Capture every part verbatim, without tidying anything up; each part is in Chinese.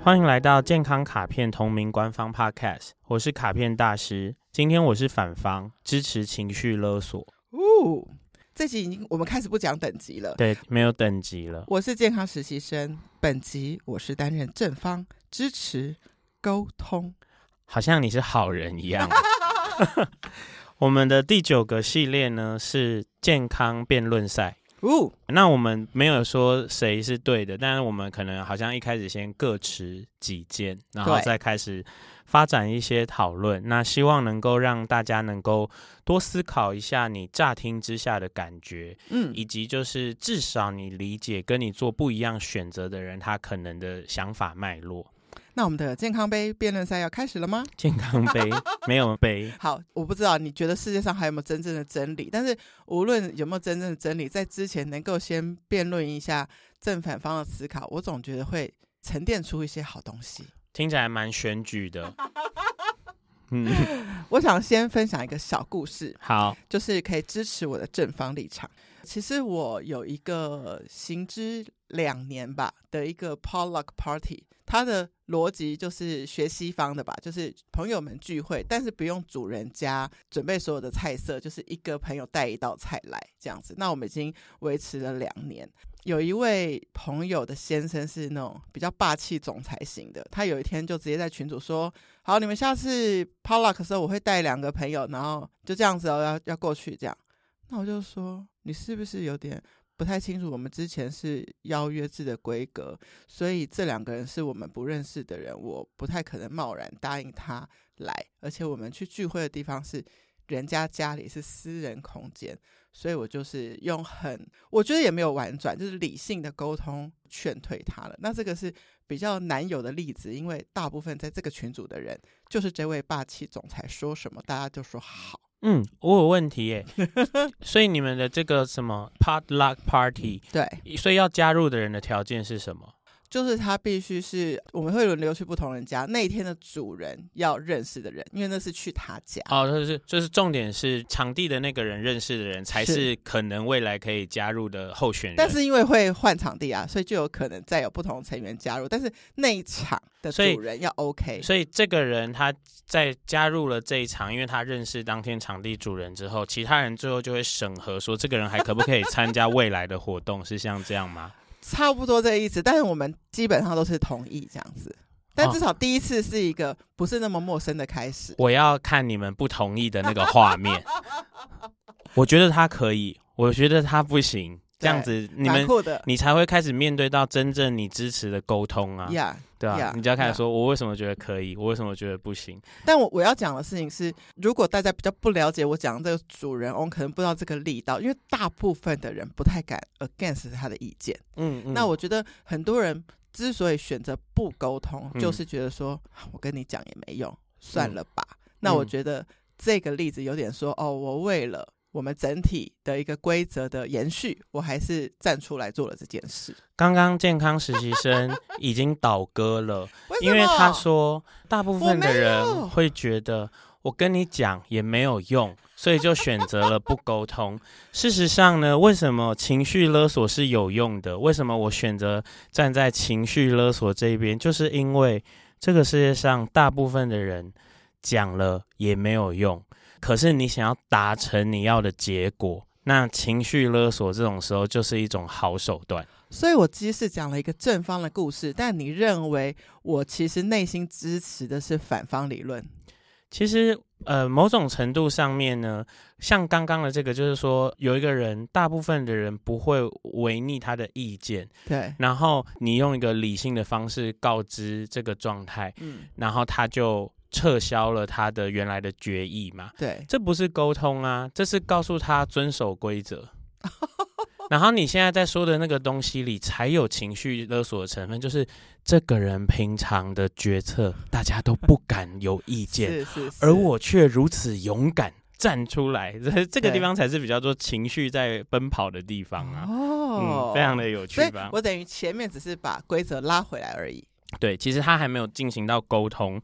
欢迎来到健康卡片同名官方 Podcast， 我是卡片大师。今天我是反方，支持情绪勒索。 哦，这集已经我们开始不讲等级了， 对，没有等级了。 我是健康实习生，本集我是担任正方，支持沟通， 好像你是好人一样。我们的第九个系列呢是健康辩论赛。 哦， 那我们没有说谁是对的，但是我们可能好像一开始先各持己见，然后再开始发展一些讨论。那希望能够让大家能够多思考一下你乍听之下的感觉，嗯，以及就是至少你理解跟你做不一样选择的人他可能的想法脉络。 那我们的健康杯辩论赛要开始了吗？ 健康杯没有杯。 好，我不知道你觉得世界上还有没有真正的真理，但是无论有没有真正的真理，在之前能够先辩论一下正反方的思考，我总觉得会沉淀出一些好东西。 听起来蛮选举的。嗯， 我想先分享一个小故事， 好， 就是可以支持我的正方立场。其实我有一个行之两年吧的一个 potluck party， 它的逻辑就是学西方的吧，就是朋友们聚会，但是不用主人家准备所有的菜色，就是一个朋友带一道菜来这样子。那我们已经维持了两年。有一位朋友的先生是那种比较霸气总裁型的，他有一天就直接在群组说，好，你们下次 potluck 的时候我会带两个朋友，然后就这样子哦，要要过去这样。那我就说，你是不是有点不太清楚我们之前是邀约制的规格，所以这两个人是我们不认识的人，我不太可能贸然答应他来，而且我们去聚会的地方是人家家里，是私人空间，所以我就是用很我觉得也没有婉转，就是理性的沟通劝退他了。那这个是比较难有的例子，因为大部分在这个群组的人就是这位霸气总裁说什么大家就说好。 嗯，我有问题耶。所以你们的这个什么 potluck party， 对， 所以要加入的人的条件是什么？ 就是他必须是我们会轮流去不同人家，那一天的主人要认识的人，因为那是去他家。 哦，就是就是重点是场地的那个人认识的人才是可能未来可以加入的候选人。 但是因为会换场地啊，所以就有可能再有不同成员加入，但是那一场的主人要 OK。 所以这个人他在加入了这一场，因为他认识当天场地主人之后，其他人最后就会审核说这个人还可不可以参加未来的活动，是像这样吗？ 差不多这个意思，但是我们基本上都是同意这样子，但至少第一次是一个不是那么陌生的开始。 我要看你们不同意的那个画面。我觉得他可以，我觉得他不行，这样子你们你才会开始面对到真正你支持的沟通啊。 Yeah, 对啊， yeah, 你就要开始说，我为什么觉得可以，我为什么觉得不行。 但我我要讲的事情是，如果大家比较不了解我讲的这个主人翁，可能不知道这个力道，因为大部分的人不太敢 against 他的意见。嗯, 嗯那我觉得很多人之所以选择不沟通，嗯、就是觉得说我跟你讲也没用，算了吧。嗯、那我觉得这个例子有点说，哦，我为了我们整体的一个规则的延续，我还是站出来做了这件事。 刚刚健康实习生已经倒戈了， 为因为他说大部分的人会觉得我跟你讲也没有用，所以就选择了不沟通。事实上呢，为什么情绪勒索是有用的？为什么我选择站在情绪勒索这一边？就是因为这个世界上大部分的人讲了也没有用，可是你想要达成你要的结果，那情绪勒索这种时候就是一种好手段。 所以我即使讲了一个正方的故事，但你认为我其实内心支持的是反方理论？ 其实呃，某种程度上面呢，像刚刚的这个就是说，有一个人，大部分的人不会违逆他的意见， 对， 然后你用一个理性的方式告知这个状态，嗯，然后他就撤销了他的原来的决议嘛， 对， 这不是沟通啊，这是告诉他遵守规则。然后你现在在说的那个东西里才有情绪勒索的成分，就是这个人平常的决策大家都不敢有意见， 是是是， 而我却如此勇敢站出来，这个地方才是比较多情绪在奔跑的地方啊。哦、嗯，非常的有趣吧？ 所以我等于前面只是把规则拉回来而已。 对，其实他还没有进行到沟通。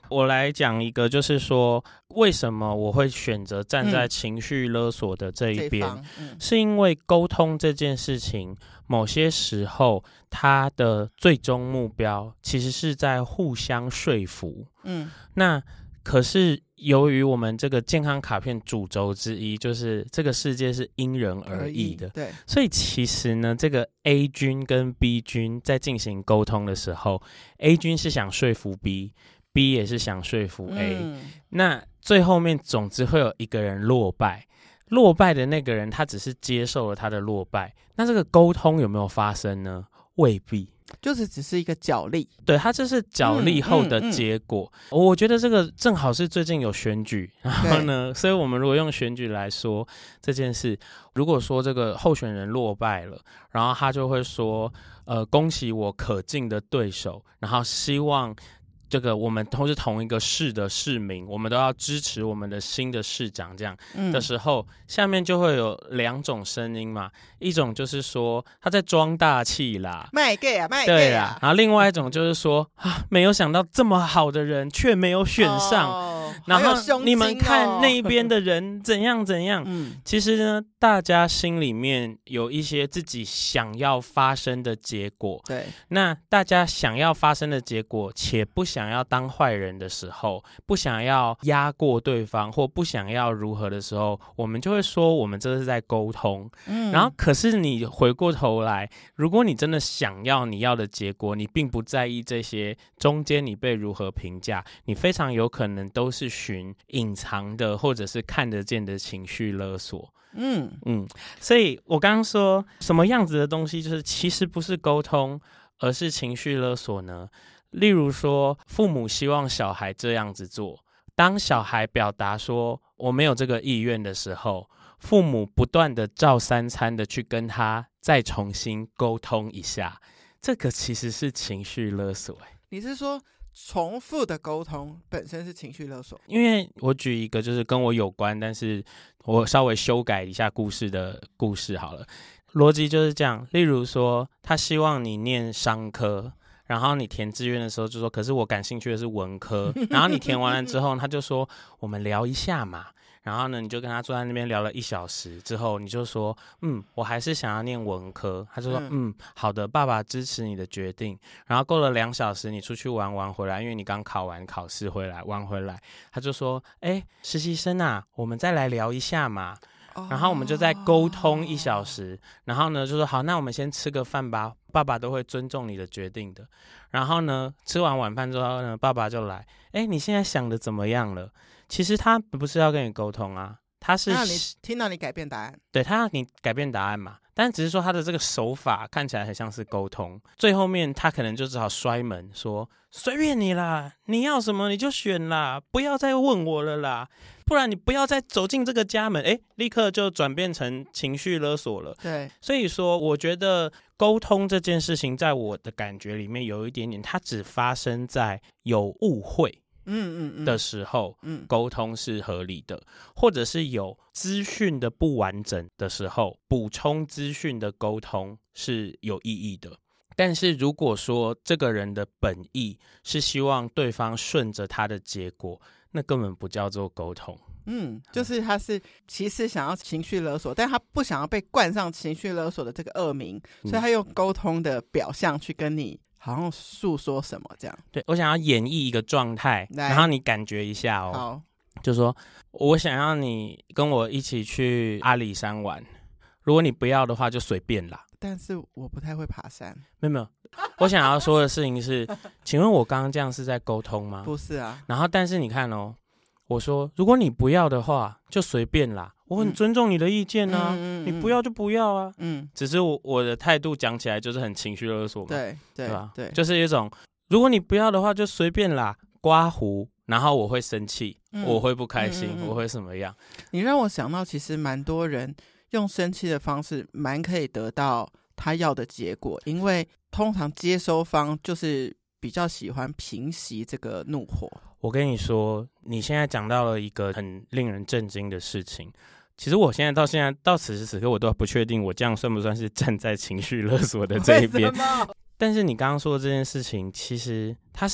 我来讲一个，就是说为什么我会选择站在情绪勒索的这一边、嗯嗯、是因为沟通这件事情某些时候它的最终目标其实是在互相说服。嗯，那可是由于我们这个健康卡片主轴之一就是这个世界是因人而异的， 对， 所以其实呢，这个 A 君跟 B 君在进行沟通的时候， A 君是想说服 B，B 也是想说服 A、嗯、那最后面总之会有一个人落败，落败的那个人他只是接受了他的落败，那这个沟通有没有发生呢？未必， 就是只是一个角力， 对，它这是角力后的结果、嗯嗯嗯、我觉得这个正好是最近有选举，然后呢，所以我们如果用选举来说这件事，如果说这个候选人落败了，然后他就会说呃，恭喜我可敬的对手，然后希望这个我们都是同一个市的市民，我们都要支持我们的新的市长，这样的时候、嗯、下面就会有两种声音嘛，一种就是说他在装大气啦， 卖给啊卖给啊，然后另外一种就是说啊，没有想到这么好的人却没有选上、哦、然后你们看那边的人怎样怎样、嗯、其实呢大家心里面有一些自己想要发生的结果， 对， 那大家想要发生的结果且不想要当坏人的时候，不想要压过对方或不想要如何的时候，我们就会说我们这是在沟通、嗯、然后可是你回过头来，如果你真的想要你要的结果，你并不在意这些中间你被如何评价，你非常有可能都是循隐藏的或者是看得见的情绪勒索。嗯嗯，所以我刚刚说什么样子的东西就是其实不是沟通而是情绪勒索呢？例如说父母希望小孩这样子做，当小孩表达说我没有这个意愿的时候，父母不断的照三餐的去跟他再重新沟通一下，这个其实是情绪勒索、欸、 你是说重复的沟通本身是情绪勒索？ 因为我举一个就是跟我有关，但是我稍微修改一下故事的故事好了，逻辑就是这样。例如说他希望你念商科，然后你填志愿的时候就说可是我感兴趣的是文科然后你填完了之后他就说我们聊一下嘛，然后呢你就跟他坐在那边聊了一小时之后，你就说嗯我还是想要念文科，他就说 嗯, 嗯好的，爸爸支持你的决定。然后过了两小时你出去玩玩回来，因为你刚考完考试回来玩回来，他就说哎实习生啊我们再来聊一下嘛，然后我们就再沟通一小时，然后呢就说好那我们先吃个饭吧，爸爸都会尊重你的决定的。然后呢吃完晚饭之后呢爸爸就来，哎你现在想的怎么样了？其实他不是要跟你沟通啊，他是让你听到你改变答案， 对，他让你改变答案嘛，但只是说他的这个手法看起来很像是沟通，最后面他可能就只好摔门说随便你啦，你要什么你就选啦，不要再问我了啦，不然你不要再走进这个家门，哎，立刻就转变成情绪勒索了。 对， 所以说我觉得沟通这件事情在我的感觉里面有一点点，它只发生在有误会嗯嗯的时候，嗯，沟通是合理的，或者是有资讯的不完整的时候，补充资讯的沟通是有意义的。但是如果说这个人的本意是希望对方顺着他的结果，那根本不叫做沟通。 嗯，就是他是其实想要情绪勒索，但他不想要被冠上情绪勒索的这个恶名，所以他用沟通的表象去跟你好像诉说什么这样。 对，我想要演绎一个状态，然后你感觉一下哦。好，就说我想要你跟我一起去阿里山玩，如果你不要的话就随便啦。 但是我不太会爬山。 没有没有，我想要说的事情是请问我刚刚这样是在沟通吗？ 不是啊。 然后但是你看哦，我说如果你不要的话就随便啦，我很尊重你的意见啊、嗯、你不要就不要啊。嗯，只是 我, 我的态度讲起来就是很情绪勒索嘛。 对 对, 对吧？ 对， 就是一种如果你不要的话就随便啦，刮胡，然后我会生气、嗯、我会不开心、嗯嗯嗯、我会什么样。 你让我想到其实蛮多人用生气的方式蛮可以得到他要的结果，因为通常接收方就是比较喜欢平息这个怒火。 我跟你说，你现在讲到了一个很令人震惊的事情。其实我现在到现在到此时此刻我都不确定我这样算不算是站在情绪勒索的这一边。但是你刚刚说的这件事情，其实它是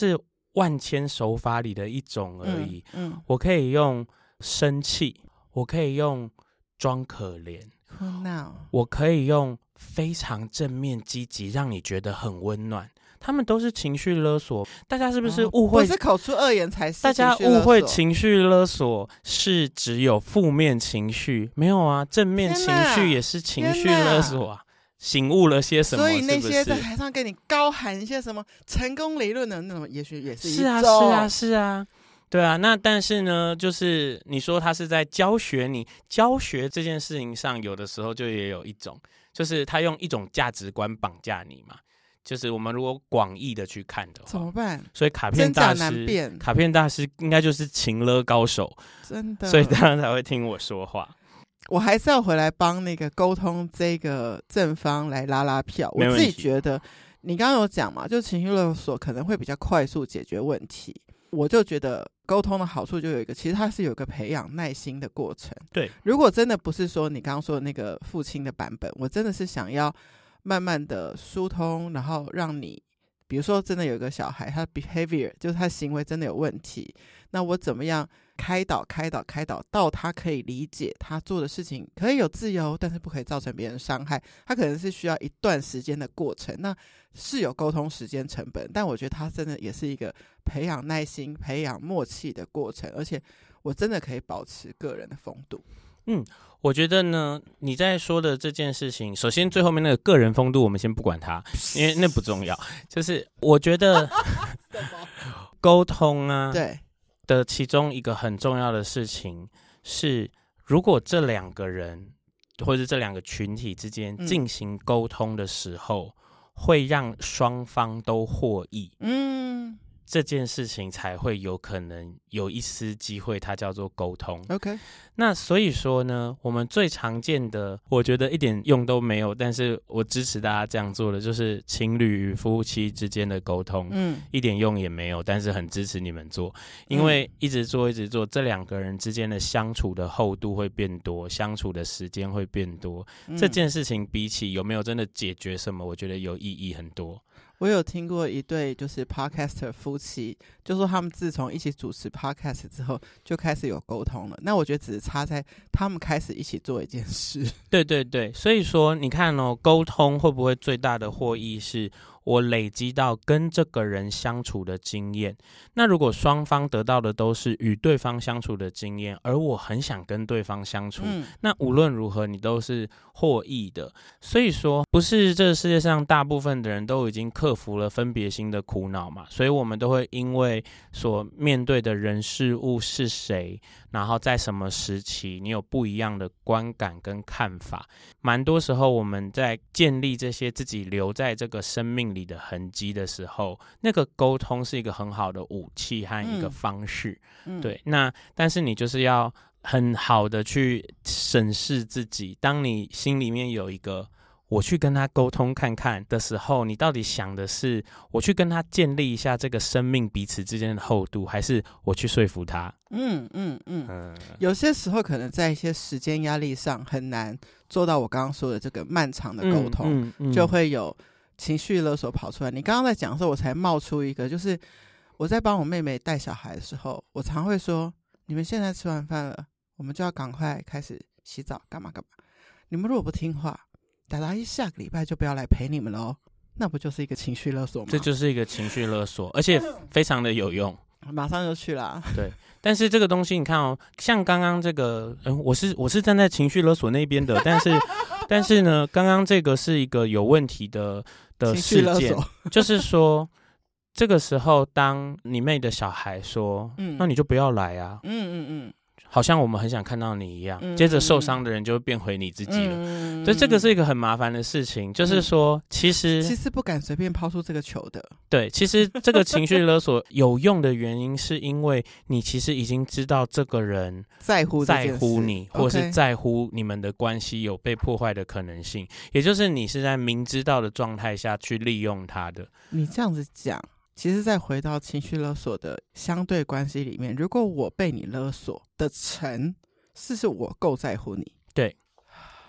万千手法里的一种而已。 嗯嗯、 我可以用生气，我可以用装可怜， oh, no. 我可以用非常正面积极，让你觉得很温暖。他们都是情绪勒索，大家是不是误会？ 哦、不是口出恶言才是情绪勒索。 大家误会情绪勒索是只有负面情绪，没有啊，正面情绪也是情绪勒索啊。醒悟了些什么？ 所以那些在台上跟你高喊一些什么成功理论的那种，也许也是一种。 是啊，是啊，是啊，对啊。那但是呢，就是你说他是在教学你，教学这件事情上，有的时候就也有一种，就是他用一种价值观绑架你嘛。就是我们如果广义的去看的话， 怎么办？ 所以卡片大师， 真假难辨， 卡片大师应该就是情勒高手， 真的， 所以当然才会听我说话。 我还是要回来帮那个沟通这个正方来拉拉票。我自己觉得，你刚刚有讲嘛，就情绪勒索可能会比较快速解决问题。我就觉得沟通的好处就有一个，其实它是有一个培养耐心的过程。 对， 如果真的不是说你刚刚说的那个父亲的版本，我真的是想要慢慢的疏通，然后让你，比如说真的有一个小孩，他的 behavior 就是他行为真的有问题，那我怎么样开导开导开导到他可以理解他做的事情可以有自由，但是不可以造成别人伤害，他可能是需要一段时间的过程，那是有沟通时间成本，但我觉得他真的也是一个培养耐心培养默契的过程，而且我真的可以保持个人的风度。 嗯，我觉得呢，你在说的这件事情，首先最后面那个个人风度我们先不管它，因为那不重要，就是我觉得沟通啊， 对的其中一个很重要的事情是，如果这两个人或者这两个群体之间进行沟通的时候，嗯、会让双方都获益，嗯，这件事情才会有可能有一丝机会，它叫做沟通。 OK， 那所以说呢，我们最常见的，我觉得一点用都没有，但是我支持大家这样做的，就是情侣与夫妻之间的沟通，嗯，一点用也没有，但是很支持你们做，因为一直做一直做，这两个人之间的相处的厚度会变多，相处的时间会变多，嗯、这件事情比起有没有真的解决什么，我觉得有意义很多。 我有听过一对就是 podcaster 夫妻，就说他们自从一起主持 podcast 之后就开始有沟通了，那我觉得只是差在他们开始一起做一件事。 对对对，所以说你看哦，沟通会不会最大的获益是我累积到跟这个人相处的经验，那如果双方得到的都是与对方相处的经验，而我很想跟对方相处，嗯、那无论如何你都是获益的。所以说不是这个世界上大部分的人都已经克服了分别心的苦恼嘛，所以我们都会因为所面对的人事物是谁，然后在什么时期你有不一样的观感跟看法，蛮多时候我们在建立这些自己留在这个生命里的痕迹的时候，那个沟通是一个很好的武器和一个方式、嗯、对，那但是你就是要很好的去审视自己，当你心里面有一个我去跟他沟通看看的时候，你到底想的是我去跟他建立一下这个生命彼此之间的厚度，还是我去说服他？ 嗯嗯嗯嗯，有些时候可能在一些时间压力上很难做到我刚刚说的这个漫长的沟通、嗯嗯嗯、就会有情绪勒索跑出来。你刚刚在讲的时候我才冒出一个，就是我在帮我妹妹带小孩的时候，我常会说你们现在吃完饭了，我们就要赶快开始洗澡干嘛干嘛，你们如果不听话，达达一下个礼拜就不要来陪你们了哦，那不就是一个情绪勒索吗？ 这就是一个情绪勒索，而且非常的有用， 马上就去啦。 对，但是这个东西你看哦，像刚刚这个、呃、我是我是站在情绪勒索那边的，但是但是呢，刚刚这个是一个有问题的的事件，就是说这个时候当你妹的小孩说、嗯、那你就不要来啊，嗯嗯嗯，好像我们很想看到你一样、嗯、接着受伤的人就会变回你自己了、嗯、所以这个是一个很麻烦的事情、嗯、就是说其实其实不敢随便抛出这个球的。 对，其实这个情绪勒索有用的原因是因为你其实已经知道这个人在乎在乎你，或者是在乎你们的关系有被破坏的可能性、okay. 也就是你是在明知道的状态下去利用他的。 你这样子讲，其实再回到情绪勒索的相对关系里面，如果我被你勒索的成是是我够在乎你， 对，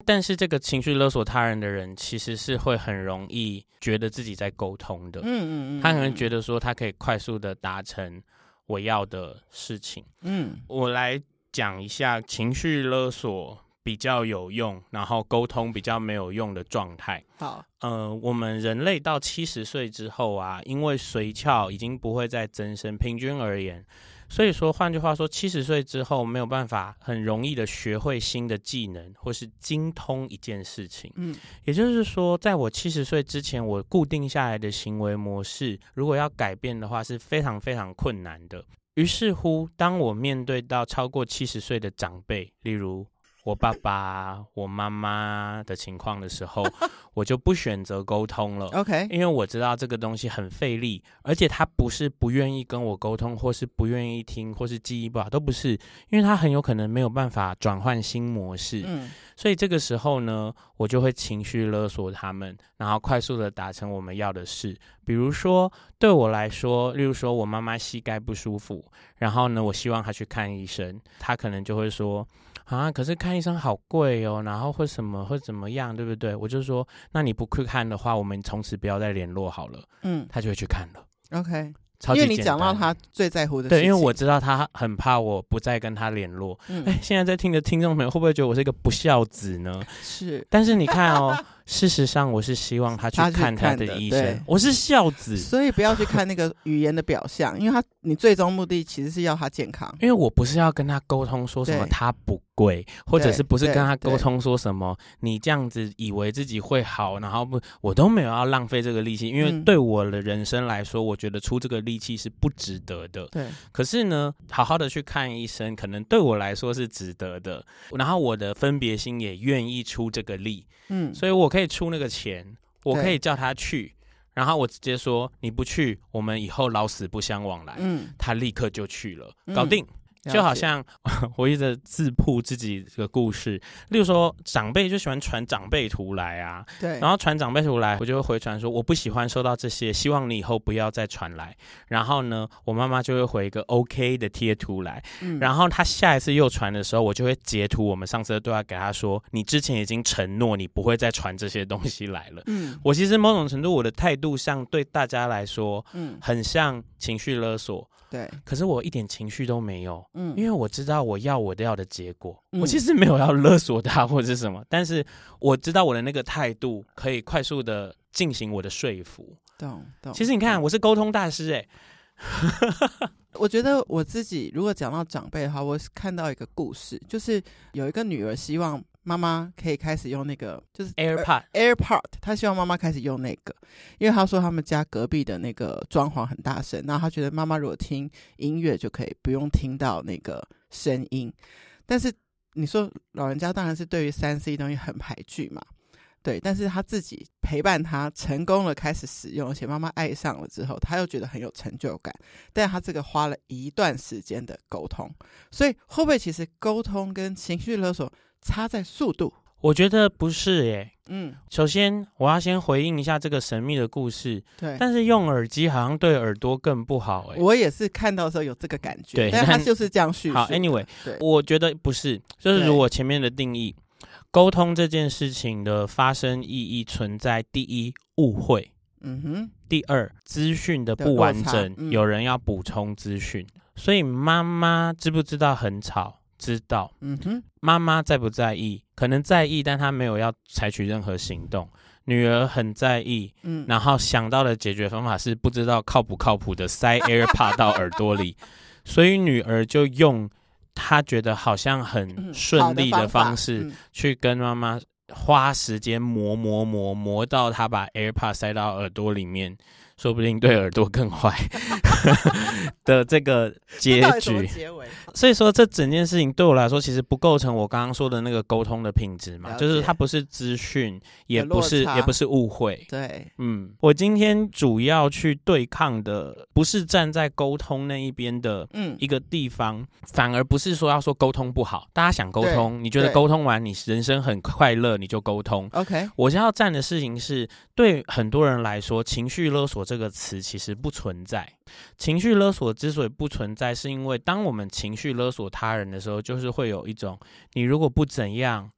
但是这个情绪勒索他人的人，其实是会很容易觉得自己在沟通的。嗯嗯嗯，他可能觉得说他可以快速的达成我要的事情。嗯，我来讲一下情绪勒索比较有用，然后沟通比较没有用的状态。 好， 呃，我们人类到七十岁之后啊，因为髓鞘已经不会再增生，平均而言，所以说换句话说，七十岁之后没有办法很容易的学会新的技能，或是精通一件事情。嗯，也就是说，在我七十岁之前，我固定下来的行为模式，如果要改变的话，是非常非常困难的。于是乎，当我面对到超过七十岁的长辈，例如我爸爸、我妈妈的情况的时候，我就不选择沟通了。 OK， 因为我知道这个东西很费力，而且他不是不愿意跟我沟通，或是不愿意听，或是记忆不好，都不是，因为他很有可能没有办法转换新模式。嗯，所以这个时候呢，我就会情绪勒索他们，然后快速的达成我们要的事。比如说，对我来说，例如说我妈妈膝盖不舒服，然后呢，我希望她去看医生，她可能就会说啊，可是看医生好贵哦，然后会什么会怎么样，对不对？我就说，那你不去看的话，我们从此不要再联络好了。嗯，她就会去看了。 OK。 超级因为你讲到他最在乎的事情， 对，因为我知道他很怕我不再跟他联络。嗯，哎，现在在听的听众朋友会不会觉得我是一个不孝子呢？ 是， 但是你看哦，事实上我是希望他去看他的医生，我是孝子， 所以不要去看那个语言的表象，因为他你最终目的其实是要他健康。 因为我不是要跟他沟通说什么他不贵，或者是不是跟他沟通说什么你这样子以为自己会好，然后不，我都没有要浪费这个力气，因为对我的人生来说，我觉得出这个力气是不值得的。 对， 可是呢，好好的去看医生，可能对我来说是值得的。然后我的分别心也愿意出这个力，嗯，所以我可以出那个钱，我可以叫他去，然后我直接说你不去，我们以后老死不相往来。嗯，他立刻就去了，搞定。嗯，就好像我一直自曝自己的故事，例如说长辈就喜欢传长辈图来啊， 对， 然后传长辈图来，我就会回传说我不喜欢收到这些，希望你以后不要再传来。然后呢，我妈妈就会回一个 OK 的贴图来，嗯，然后她下一次又传的时候，我就会截图我们上次的对话给她说，你之前已经承诺你不会再传这些东西来了。嗯，我其实某种程度我的态度上对大家来说，嗯，很像情绪勒索。 对， 可是我一点情绪都没有，嗯，因为我知道我要我要的结果，嗯，我其实没有要勒索他或者是什么，但是我知道我的那个态度可以快速的进行我的说服。 懂懂。 其实你看，我是沟通大师哎， 欸。我觉得我自己如果讲到长辈的话，我看到一个故事，就是有一个女儿希望妈妈可以开始用那个就是 AirPod AirPod， 她希望妈妈开始用那个，因为她说他们家隔壁的那个装潢很大声，然后她觉得妈妈如果听音乐就可以不用听到那个声音。但是你说老人家当然是对于三 C 东西很排拒嘛，对，但是他自己陪伴他成功了开始使用，而且妈妈爱上了之后，他又觉得很有成就感，但他这个花了一段时间的沟通，所以会不会其实沟通跟情绪勒索差在速度？ 我觉得不是耶。嗯，首先我要先回应一下这个神秘的故事。 对， 但是用耳机好像对耳朵更不好耶。 我也是看到的时候有这个感觉，对，但他就是这样叙述。 好 ，anyway， 我觉得不是，就是如我前面的定义，沟通这件事情的发生意义存在第一，误会，嗯哼，第二，资讯的不完整，嗯，有人要补充资讯。所以妈妈知不知道很吵？知道。嗯哼，妈妈在不在意？可能在意，但她没有要采取任何行动。女儿很在意，嗯，然后想到的解决方法是不知道靠不靠谱的塞 AirPod 到耳朵里，所以女儿就用她觉得好像很顺利的方式，嗯，去跟妈妈花时间磨磨磨磨到她把 AirPod 塞到耳朵里面，说不定对耳朵更坏的这个结局。所以说这整件事情对我来说其实不构成我刚刚说的那个沟通的品质嘛，就是它不是资讯，也不是也不是误会。 对， 嗯，我今天主要去对抗的不是站在沟通那一边的一个地方，嗯，反而不是说要说沟通不好，大家想沟通，你觉得沟通完你人生很快乐你就沟通。 OK， 我要站的事情是对很多人来说情绪勒索这个词其实不存在。情绪勒索之所以不存在，是因为当我们情绪勒索他人的时候，就是会有一种你如果不怎样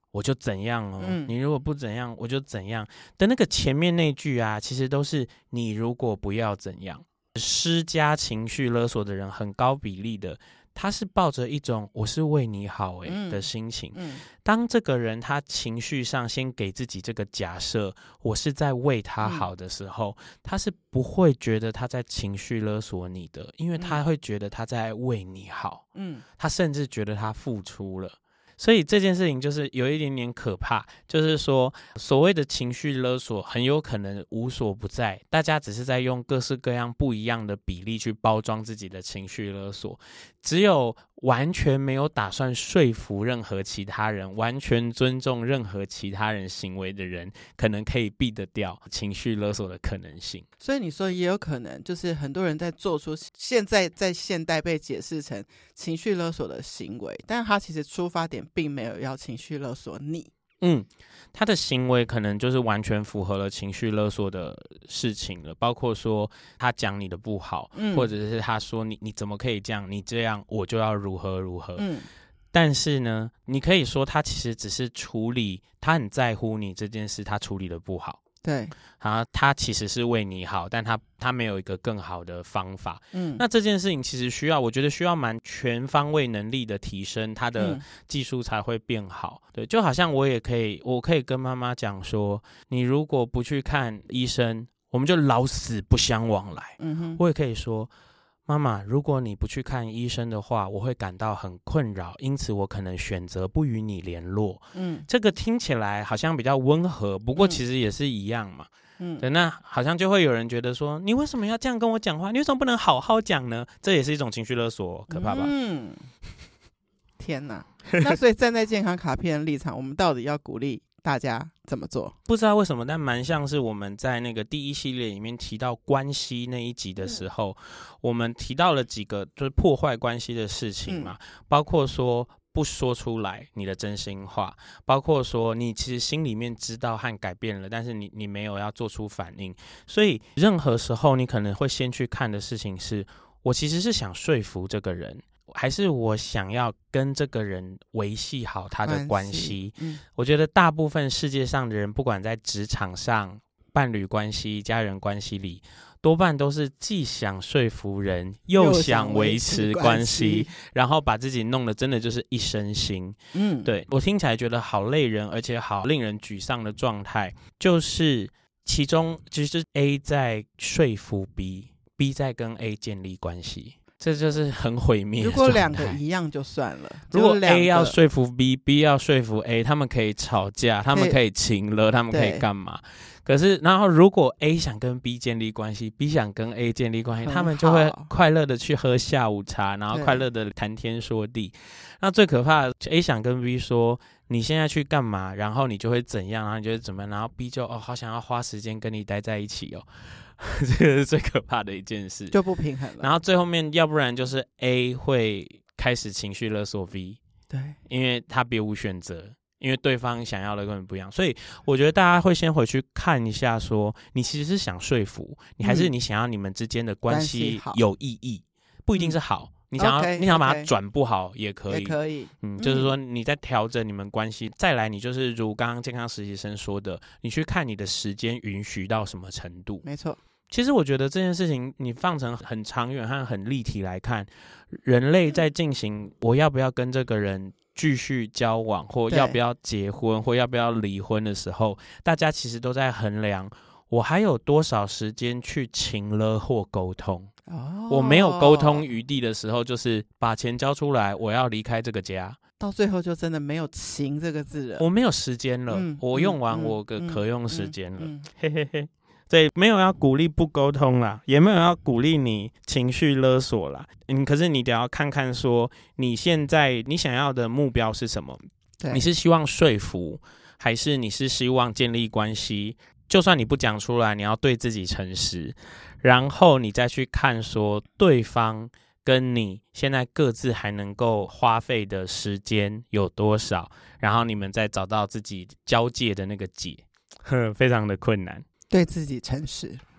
我就怎样哦、 嗯、 你如果不怎样我就怎样的那个前面那句啊，其实都是你如果不要怎样。施加情绪勒索的人很高比例的他是抱着一种我是为你好欸、嗯、的心情、嗯、当这个人他情绪上先给自己这个假设我是在为他好的时候、嗯、他是不会觉得他在情绪勒索你的，因为他会觉得他在为你好、嗯、他甚至觉得他付出了。所以这件事情就是有一点点可怕，就是说所谓的情绪勒索很有可能无所不在，大家只是在用各式各样不一样的比例去包装自己的情绪勒索。只有完全没有打算说服任何其他人，完全尊重任何其他人行为的人，可能可以避得掉情绪勒索的可能性。 所以你说也有可能就是很多人在做出现在在现代被解释成情绪勒索的行为，但他其实出发点并没有要情绪勒索你。 嗯，他的行为可能就是完全符合了情绪勒索的事情了，包括说他讲你的不好、嗯、或者是他说你你怎么可以这样，你这样我就要如何如何、嗯、但是呢你可以说他其实只是处理，他很在乎你这件事他处理的不好， 对， 啊，他其实是为你好，但他他没有一个更好的方法。嗯，那这件事情其实需要，我觉得需要蛮全方位能力的提升，他的技术才会变好。嗯、对，就好像我也可以，我可以跟妈妈讲说，你如果不去看医生，我们就老死不相往来。嗯哼，我也可以说。妈妈，如果你不去看医生的话，我会感到很困扰，因此我可能选择不与你联络。嗯，这个听起来好像比较温和，不过其实也是一样嘛。嗯，对，那好像就会有人觉得说，你为什么要这样跟我讲话？你为什么不能好好讲呢？这也是一种情绪勒索，可怕吧？嗯， 天哪！那所以站在健康卡片的立场，我们到底要鼓励大家怎么做？ 不知道为什么，但蛮像是我们在那个第一系列里面提到关系那一集的时候、嗯、我们提到了几个就是破坏关系的事情嘛、嗯、包括说不说出来你的真心话，包括说你其实心里面知道和改变了，但是你你没有要做出反应。所以任何时候你可能会先去看的事情是，我其实是想说服这个人，还是我想要跟这个人维系好他的关系、嗯、我觉得大部分世界上的人，不管在职场上、伴侣关系、家人关系里，多半都是既想说服人又想维持关系，然后把自己弄得真的就是一身腥。嗯，对，我听起来觉得好累人，而且好令人沮丧的状态，就是其中就是 A 在说服 B，B 在跟 A 建立关系，这就是很毁灭的状态。 如果两个一样就算了， 如果 A 要说服 B，B 要说服 A， 他们可以吵架，他们可以情勒，他们可以干嘛？可是然后如果 A 想跟 B 建立关系， B 想跟 A 建立关系，他们就会快乐的去喝下午茶，然后快乐的谈天说地。那最可怕的 A 想跟 B 说你现在去干嘛，然后你就会怎样，然后你就会怎么样，然后 B 就哦好想要花时间跟你待在一起哦。这个是最可怕的一件事， 就不平衡了。 然后最后面要不然就是 A 会开始情绪勒索 B， 对， 因为他别无选择，因为对方想要的根本不一样。所以我觉得大家会先回去看一下说，你其实是想说服你，还是你想要你们之间的关系有意义，不一定是好、嗯、你想要、okay, 你想要把它转不好也可以， 也可以， 嗯，就是说你在调整你们关系、嗯、再来你就是如刚刚健康实习生说的，你去看你的时间允许到什么程度。 没错， 其实我觉得这件事情你放成很长远和很立体来看，人类在进行我要不要跟这个人继续交往，或要不要结婚，或要不要离婚的时候，大家其实都在衡量我还有多少时间去情勒或沟通、哦、我没有沟通余地的时候，就是把钱交出来，我要离开这个家， 到最后就真的没有情这个字了， 我没有时间了、嗯、我用完我的可用时间了、嗯嗯嗯、嘿嘿嘿。对，没有要鼓励不沟通啦，也没有要鼓励你情绪勒索啦。嗯，可是你得要看看说，你现在你想要的目标是什么？你是希望说服，还是你是希望建立关系？就算你不讲出来，你要对自己诚实，然后你再去看说对方跟你现在各自还能够花费的时间有多少，然后你们再找到自己交界的那个解，非常的困难。 对自己诚实，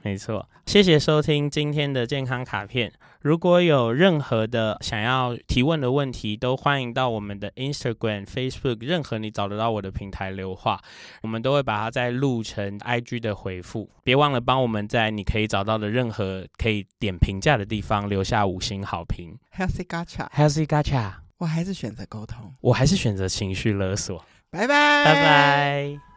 没错，谢谢收听今天的健康卡片。如果有任何的想要提问的问题，都欢迎到我们的 Instagram、Facebook 任何你找得到我的平台留话，我们都会把它再录成 I G 的回复。别忘了帮我们在你可以找到的任何可以点评价的地方留下五星好评。 Healthy Gacha Healthy Gacha， 我还是选择沟通， 我还是选择情绪勒索。 拜拜拜拜。